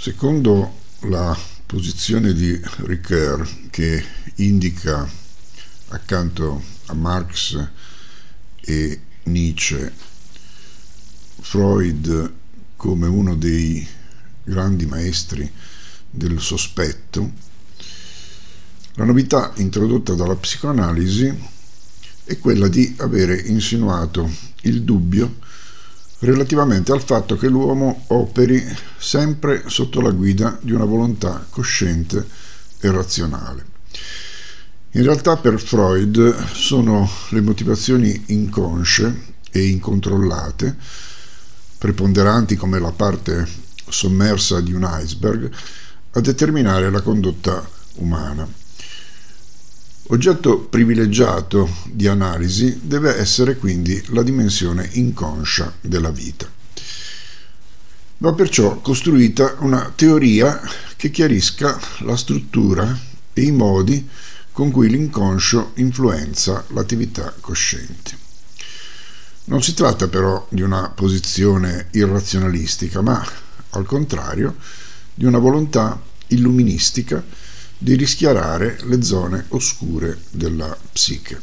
Secondo la posizione di Ricoeur, che indica accanto a Marx e Nietzsche Freud come uno dei grandi maestri del sospetto, la novità introdotta dalla psicoanalisi è quella di avere insinuato il dubbio relativamente al fatto che l'uomo operi sempre sotto la guida di una volontà cosciente e razionale. In realtà per Freud sono le motivazioni inconsce e incontrollate, preponderanti come la parte sommersa di un iceberg, a determinare la condotta umana. Oggetto privilegiato di analisi deve essere quindi la dimensione inconscia della vita. Va perciò costruita una teoria che chiarisca la struttura e i modi con cui l'inconscio influenza l'attività cosciente. Non si tratta però di una posizione irrazionalistica, ma al contrario di una volontà illuministica di rischiarare le zone oscure della psiche.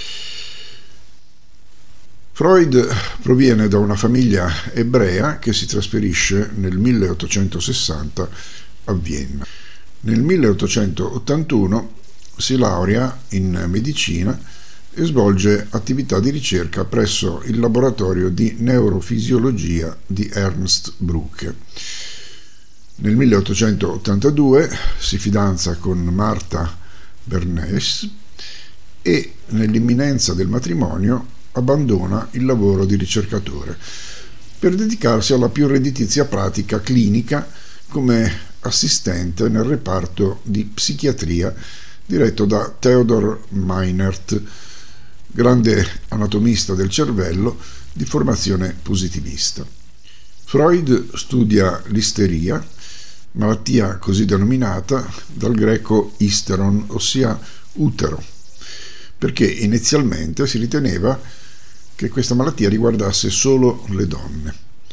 Freud proviene da una famiglia ebrea che si trasferisce nel 1860 a Vienna. Nel 1881 si laurea in medicina e svolge attività di ricerca presso il laboratorio di neurofisiologia di Ernst Brücke. Nel 1882 si fidanza con Martha Bernays e, nell'imminenza del matrimonio, abbandona il lavoro di ricercatore per dedicarsi alla più redditizia pratica clinica come assistente nel reparto di psichiatria diretto da Theodor Meinert, grande anatomista del cervello di formazione positivista. Freud studia l'isteria, malattia così denominata dal greco isteron, ossia utero, perché inizialmente si riteneva che questa malattia riguardasse solo le donne.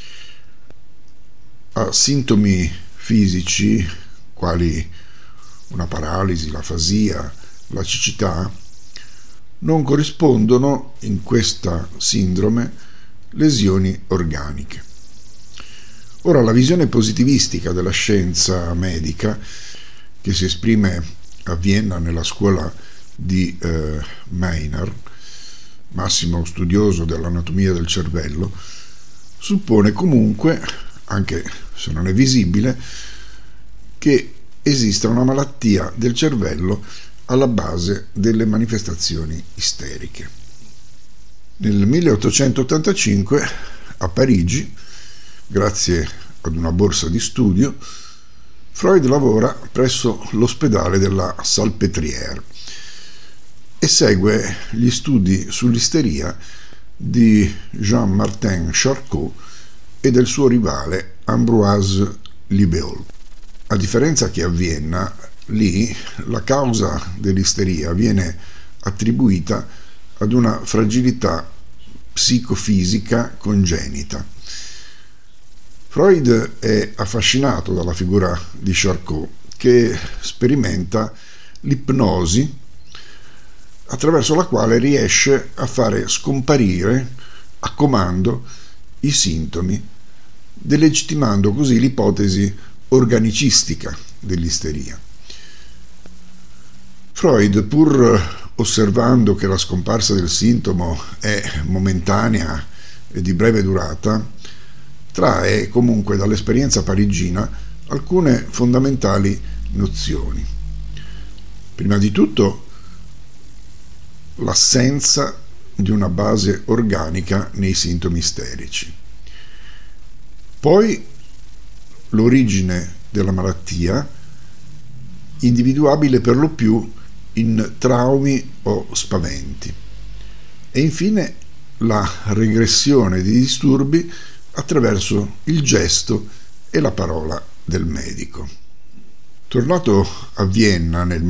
Ha sintomi fisici quali una paralisi, l'afasia, la cecità. Non corrispondono in questa sindrome lesioni organiche. Ora, la visione positivistica della scienza medica, che si esprime a Vienna nella scuola di Meiner, massimo studioso dell'anatomia del cervello, suppone comunque, anche se non è visibile, che esista una malattia del cervello alla base delle manifestazioni isteriche. Nel 1885 a Parigi, grazie ad una borsa di studio, Freud lavora presso l'ospedale della Salpêtrière e segue gli studi sull'isteria di Jean-Martin Charcot e del suo rivale Ambroise Libault. A differenza che a Vienna, lì la causa dell'isteria viene attribuita ad una fragilità psicofisica congenita. Freud è affascinato dalla figura di Charcot, che sperimenta l'ipnosi attraverso la quale riesce a fare scomparire a comando i sintomi, delegittimando così l'ipotesi organicistica dell'isteria. Freud, pur osservando che la scomparsa del sintomo è momentanea e di breve durata, trae comunque dall'esperienza parigina alcune fondamentali nozioni. Prima di tutto, l'assenza di una base organica nei sintomi isterici. Poi l'origine della malattia, individuabile per lo più in traumi o spaventi. E infine la regressione di disturbi attraverso il gesto e la parola del medico. Tornato a Vienna nel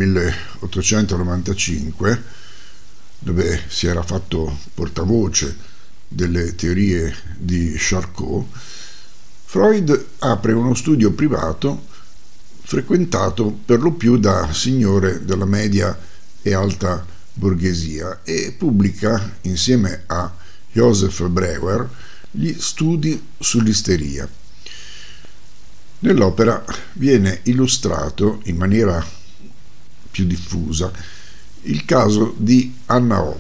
1895, dove si era fatto portavoce delle teorie di Charcot, Freud apre uno studio privato frequentato per lo più da signore della media e alta borghesia e pubblica insieme a Joseph Breuer gli studi sull'isteria. Nell'opera viene illustrato in maniera più diffusa il caso di Anna O,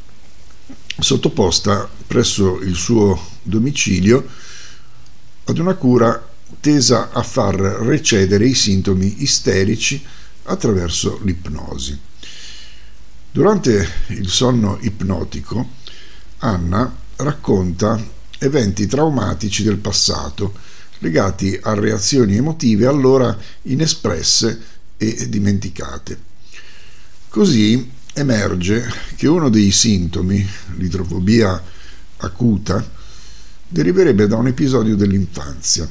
sottoposta presso il suo domicilio ad una cura tesa a far recedere i sintomi isterici attraverso l'ipnosi. Durante il sonno ipnotico, Anna racconta eventi traumatici del passato legati a reazioni emotive allora inespresse e dimenticate. Così emerge che uno dei sintomi, l'idrofobia acuta, deriverebbe da un episodio dell'infanzia.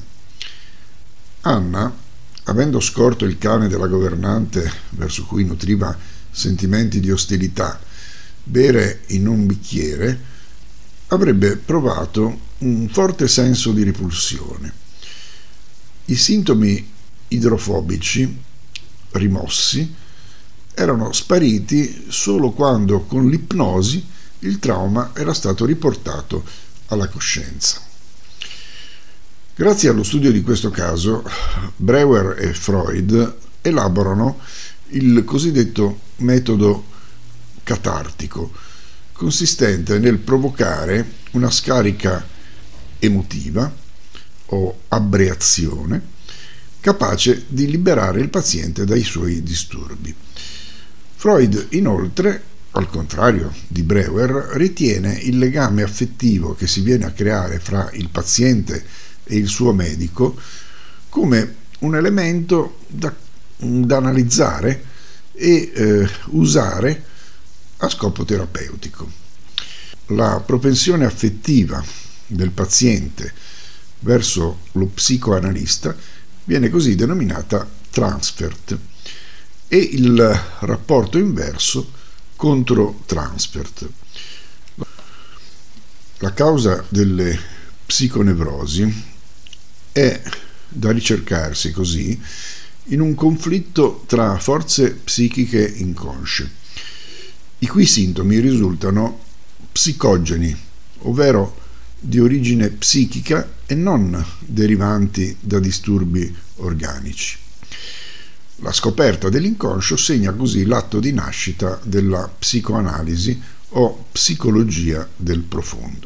Anna, avendo scorto il cane della governante verso cui nutriva sentimenti di ostilità, bere in un bicchiere, avrebbe provato un forte senso di repulsione. I sintomi idrofobici rimossi erano spariti solo quando con l'ipnosi il trauma era stato riportato alla coscienza. Grazie allo studio di questo caso, Breuer e Freud elaborano il cosiddetto metodo catartico, consistente nel provocare una scarica emotiva o abbreazione capace di liberare il paziente dai suoi disturbi. Freud, inoltre, al contrario di Breuer, ritiene il legame affettivo che si viene a creare fra il paziente e il suo medico come un elemento da analizzare e usare a scopo terapeutico. La propensione affettiva del paziente verso lo psicoanalista viene così denominata transfert e il rapporto inverso contro-transfert. La causa delle psiconevrosi è da ricercarsi così in un conflitto tra forze psichiche inconsce, i cui sintomi risultano psicogeni, ovvero di origine psichica e non derivanti da disturbi organici. La scoperta dell'inconscio segna così l'atto di nascita della psicoanalisi o psicologia del profondo.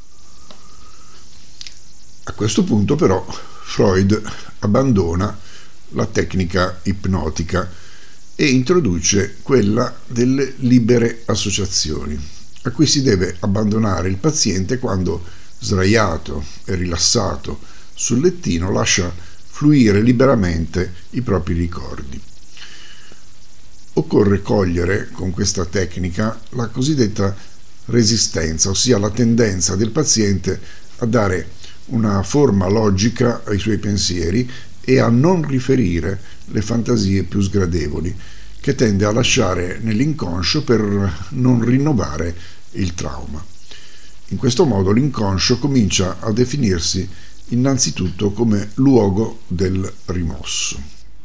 A questo punto però Freud abbandona la tecnica ipnotica e introduce quella delle libere associazioni, a cui si deve abbandonare il paziente quando, sdraiato e rilassato sul lettino, lascia fluire liberamente i propri ricordi. Occorre cogliere con questa tecnica la cosiddetta resistenza, ossia la tendenza del paziente a dare una forma logica ai suoi pensieri e a non riferire le fantasie più sgradevoli, che tende a lasciare nell'inconscio per non rinnovare il trauma. In questo modo l'inconscio comincia a definirsi innanzitutto come luogo del rimosso.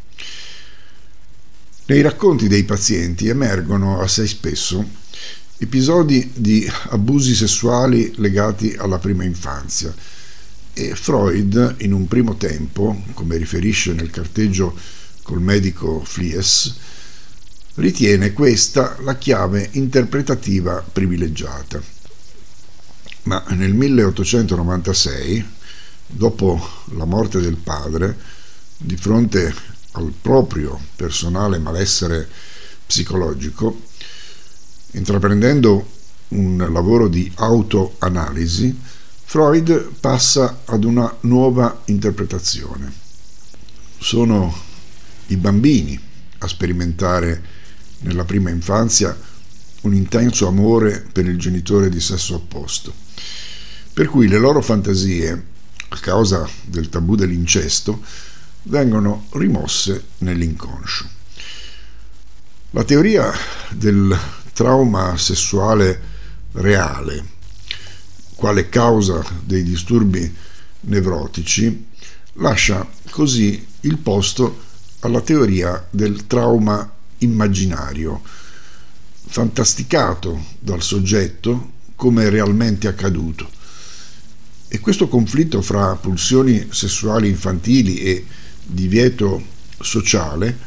Nei racconti dei pazienti emergono assai spesso episodi di abusi sessuali legati alla prima infanzia e Freud, in un primo tempo, come riferisce nel carteggio col medico Fliess, ritiene questa la chiave interpretativa privilegiata. Ma nel 1896, dopo la morte del padre, di fronte al proprio personale malessere psicologico, intraprendendo un lavoro di autoanalisi, Freud passa ad una nuova interpretazione. Sono i bambini a sperimentare nella prima infanzia un intenso amore per il genitore di sesso opposto, per cui le loro fantasie, a causa del tabù dell'incesto, vengono rimosse nell'inconscio. La teoria del trauma sessuale reale, quale causa dei disturbi nevrotici, lascia così il posto alla teoria del trauma immaginario, fantasticato dal soggetto come realmente accaduto. E questo conflitto fra pulsioni sessuali infantili e divieto sociale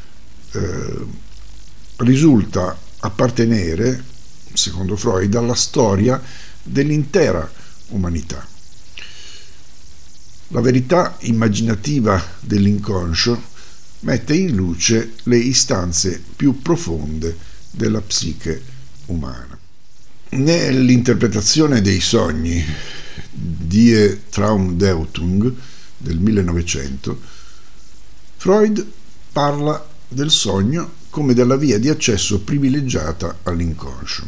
risulta appartenere, secondo Freud, alla storia dell'intera umanità. La verità immaginativa dell'inconscio mette in luce le istanze più profonde della psiche umana. Nell'interpretazione dei sogni Die Traumdeutung del 1900, Freud parla del sogno come della via di accesso privilegiata all'inconscio.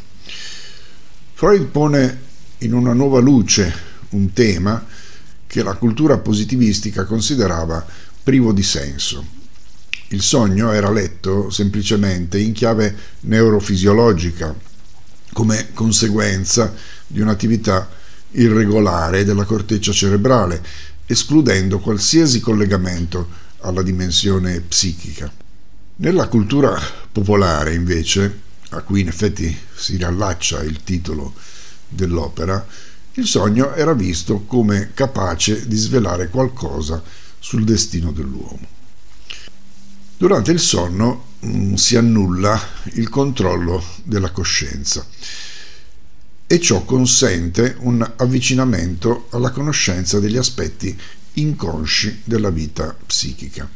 Freud pone in una nuova luce un tema che la cultura positivistica considerava privo di senso. Il sogno era letto semplicemente in chiave neurofisiologica, come conseguenza di un'attività irregolare della corteccia cerebrale, escludendo qualsiasi collegamento alla dimensione psichica. Nella cultura popolare, invece, a cui in effetti si riallaccia il titolo dell'opera, il sogno era visto come capace di svelare qualcosa sul destino dell'uomo. Durante il sonno si annulla il controllo della coscienza e ciò consente un avvicinamento alla conoscenza degli aspetti inconsci della vita psichica.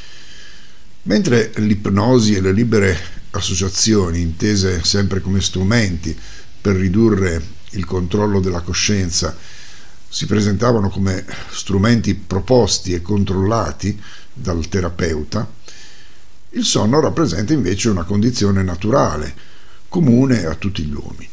Mentre l'ipnosi e le libere associazioni, intese sempre come strumenti per ridurre il controllo della coscienza, si presentavano come strumenti proposti e controllati dal terapeuta, il sonno rappresenta invece una condizione naturale, comune a tutti gli uomini.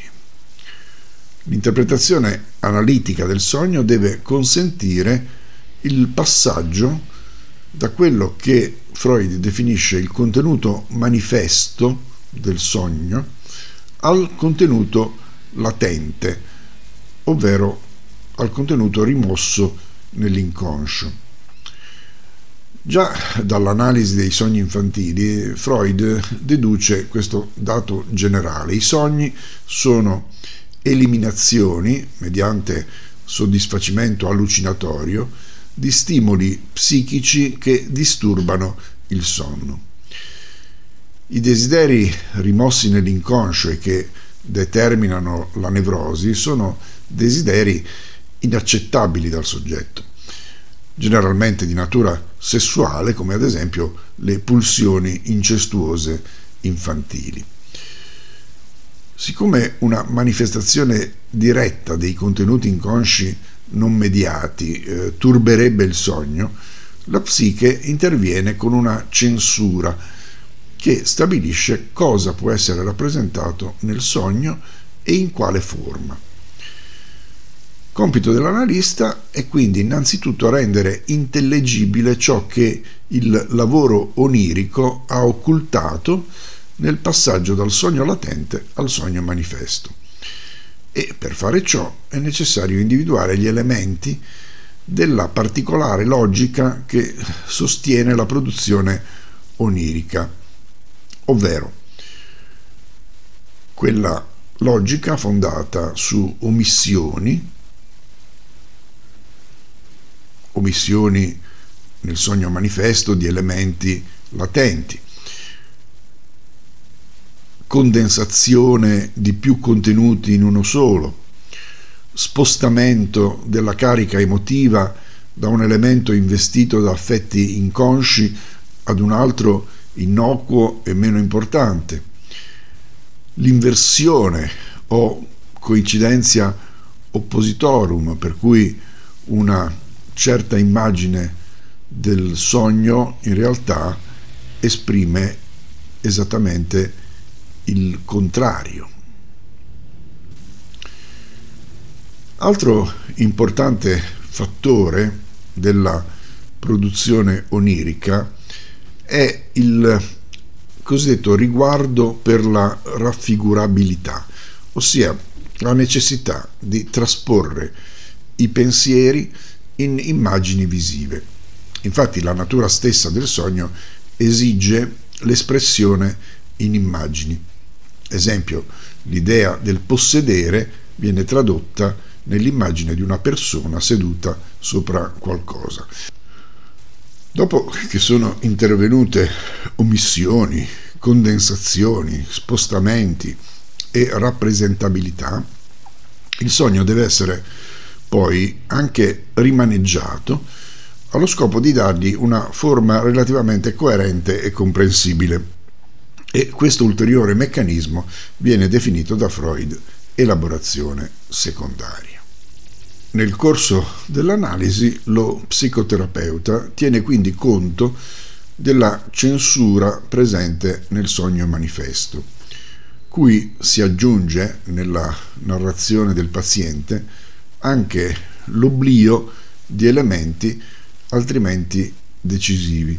L'interpretazione analitica del sogno deve consentire il passaggio da quello che Freud definisce il contenuto manifesto del sogno al contenuto latente, ovvero al contenuto rimosso nell'inconscio. Già dall'analisi dei sogni infantili, Freud deduce questo dato generale: i sogni sono eliminazioni, mediante soddisfacimento allucinatorio, di stimoli psichici che disturbano il sonno. I desideri rimossi nell'inconscio e che determinano la nevrosi sono desideri inaccettabili dal soggetto, generalmente di natura sessuale, come ad esempio le pulsioni incestuose infantili. Siccome una manifestazione diretta dei contenuti inconsci non mediati turberebbe il sogno, la psiche interviene con una censura che stabilisce cosa può essere rappresentato nel sogno e in quale forma. Compito dell'analista è quindi innanzitutto rendere intellegibile ciò che il lavoro onirico ha occultato nel passaggio dal sogno latente al sogno manifesto. E per fare ciò è necessario individuare gli elementi della particolare logica che sostiene la produzione onirica, ovvero quella logica fondata su omissioni nel sogno manifesto di elementi latenti, condensazione di più contenuti in uno solo, spostamento della carica emotiva da un elemento investito da affetti inconsci ad un altro innocuo e meno importante, l'inversione o coincidenza oppositorum, per cui una certa immagine del sogno in realtà esprime esattamente il contrario. Altro importante fattore della produzione onirica è il cosiddetto riguardo per la raffigurabilità, ossia la necessità di trasporre i pensieri in immagini visive. Infatti la natura stessa del sogno esige l'espressione in immagini. Esempio, l'idea del possedere viene tradotta nell'immagine di una persona seduta sopra qualcosa. Dopo che sono intervenute omissioni, condensazioni, spostamenti e rappresentabilità, il sogno deve essere poi anche rimaneggiato allo scopo di dargli una forma relativamente coerente e comprensibile. E questo ulteriore meccanismo viene definito da Freud elaborazione secondaria. Nel corso dell'analisi lo psicoterapeuta tiene quindi conto della censura presente nel sogno manifesto, cui si aggiunge nella narrazione del paziente anche l'oblio di elementi altrimenti decisivi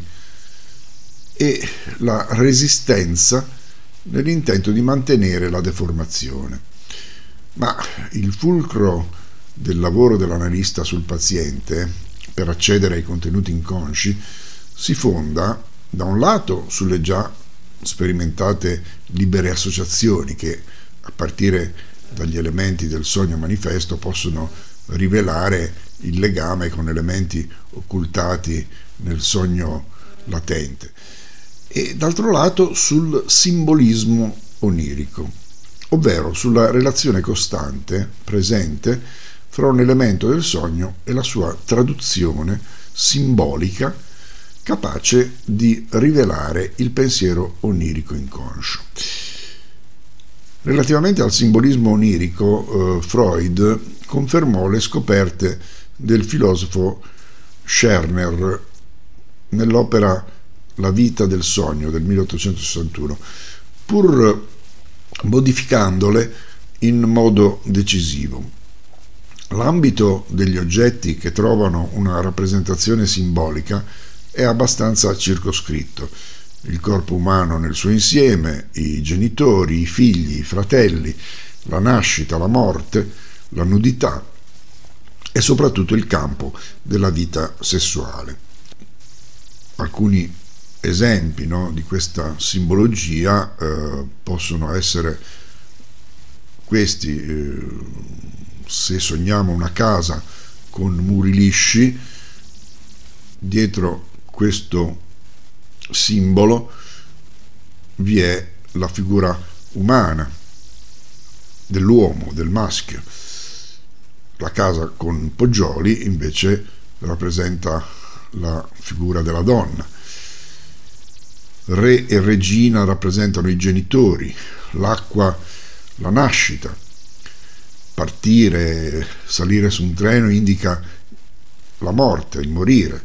e la resistenza nell'intento di mantenere la deformazione. Ma il fulcro del lavoro dell'analista sul paziente per accedere ai contenuti inconsci si fonda da un lato sulle già sperimentate libere associazioni che a partire dagli elementi del sogno manifesto possono rivelare il legame con elementi occultati nel sogno latente, e d'altro lato sul simbolismo onirico, ovvero sulla relazione costante presente fra un elemento del sogno e la sua traduzione simbolica capace di rivelare il pensiero onirico inconscio. Relativamente al simbolismo onirico, Freud confermò le scoperte del filosofo Scherner nell'opera La vita del sogno del 1861, pur modificandole in modo decisivo. L'ambito degli oggetti che trovano una rappresentazione simbolica è abbastanza circoscritto: il corpo umano nel suo insieme, i genitori, i figli, i fratelli, la nascita, la morte, la nudità e soprattutto il campo della vita sessuale. Alcuni esempi, di questa simbologia possono essere questi. Se sogniamo una casa con muri lisci, dietro questo simbolo vi è la figura umana dell'uomo, del maschio. La casa con poggioli invece rappresenta la figura della donna. Re e regina rappresentano i genitori, l'acqua la nascita. Partire, salire su un treno indica la morte, il morire.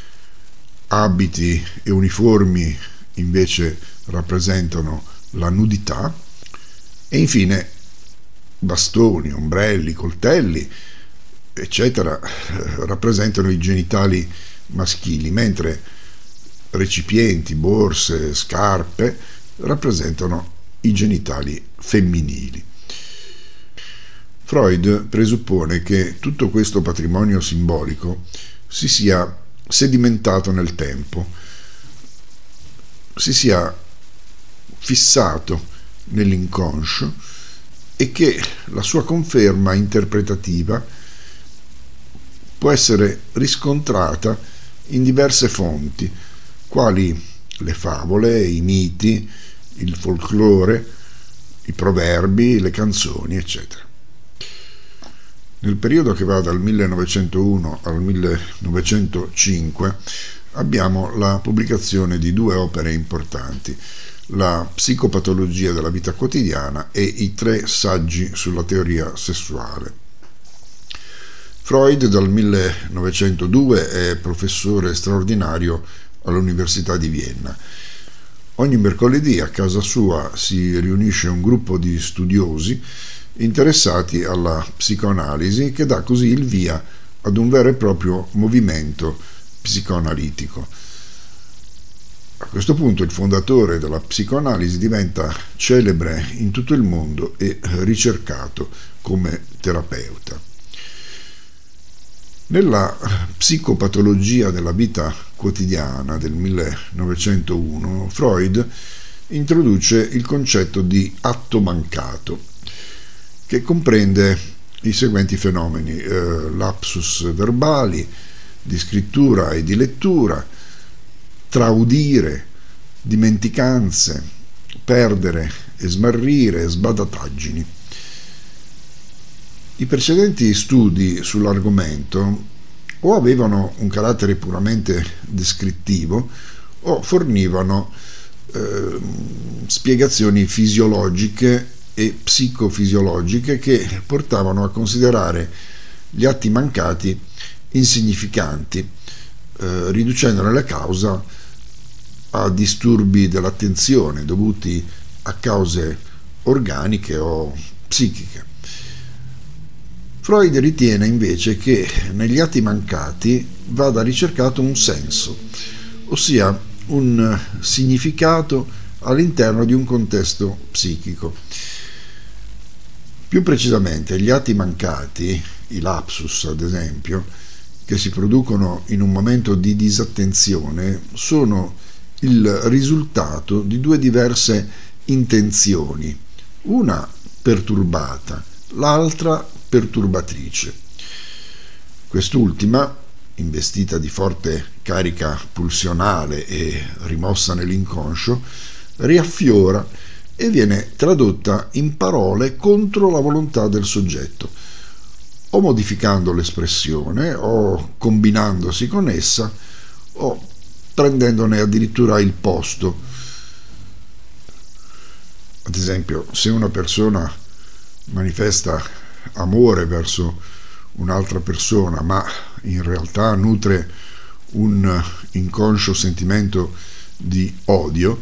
Abiti e uniformi invece rappresentano la nudità, e infine bastoni, ombrelli, coltelli, eccetera, rappresentano i genitali maschili, mentre recipienti, borse, scarpe rappresentano i genitali femminili. Freud presuppone che tutto questo patrimonio simbolico si sia sedimentato nel tempo, si sia fissato nell'inconscio e che la sua conferma interpretativa può essere riscontrata in diverse fonti, quali le favole, i miti, il folklore, i proverbi, le canzoni, eccetera. Nel periodo che va dal 1901 al 1905 abbiamo la pubblicazione di due opere importanti: La psicopatologia della vita quotidiana e i 3 saggi sulla teoria sessuale. Freud dal 1902 è professore straordinario all'Università di Vienna. Ogni mercoledì a casa sua si riunisce un gruppo di studiosi interessati alla psicoanalisi, che dà così il via ad un vero e proprio movimento psicoanalitico. A questo punto il fondatore della psicoanalisi diventa celebre in tutto il mondo e ricercato come terapeuta. Nella psicopatologia della vita quotidiana del 1901, Freud introduce il concetto di atto mancato, che comprende i seguenti fenomeni: lapsus verbali, di scrittura e di lettura, traudire, dimenticanze, perdere e smarrire, sbadataggini. I precedenti studi sull'argomento o avevano un carattere puramente descrittivo o fornivano spiegazioni fisiologiche e psicofisiologiche che portavano a considerare gli atti mancati insignificanti, riducendone la causa a disturbi dell'attenzione dovuti a cause organiche o psichiche. Freud ritiene invece che negli atti mancati vada ricercato un senso, ossia un significato all'interno di un contesto psichico. Più precisamente, gli atti mancati, i lapsus ad esempio, che si producono in un momento di disattenzione, sono il risultato di due diverse intenzioni, una perturbata, l'altra perturbatrice. Quest'ultima, investita di forte carica pulsionale e rimossa nell'inconscio, riaffiora e viene tradotta in parole contro la volontà del soggetto, o modificando l'espressione, o combinandosi con essa, o prendendone addirittura il posto. Ad esempio, se una persona manifesta amore verso un'altra persona, ma in realtà nutre un inconscio sentimento di odio,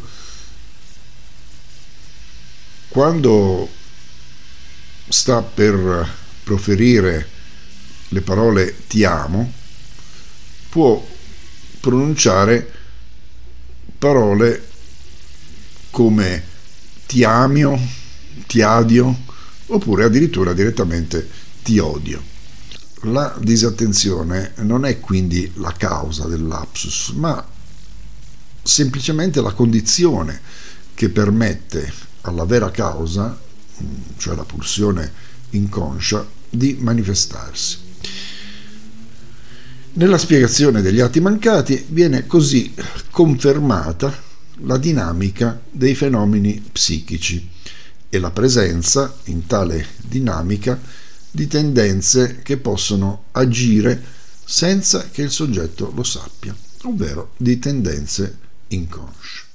quando sta per proferire le parole ti amo, può pronunciare parole come ti amio, ti adio, oppure addirittura direttamente ti odio. La disattenzione non è quindi la causa del lapsus, ma semplicemente la condizione che permette alla vera causa, cioè la pulsione inconscia, di manifestarsi. Nella spiegazione degli atti mancati viene così confermata la dinamica dei fenomeni psichici e la presenza in tale dinamica di tendenze che possono agire senza che il soggetto lo sappia, ovvero di tendenze inconsce.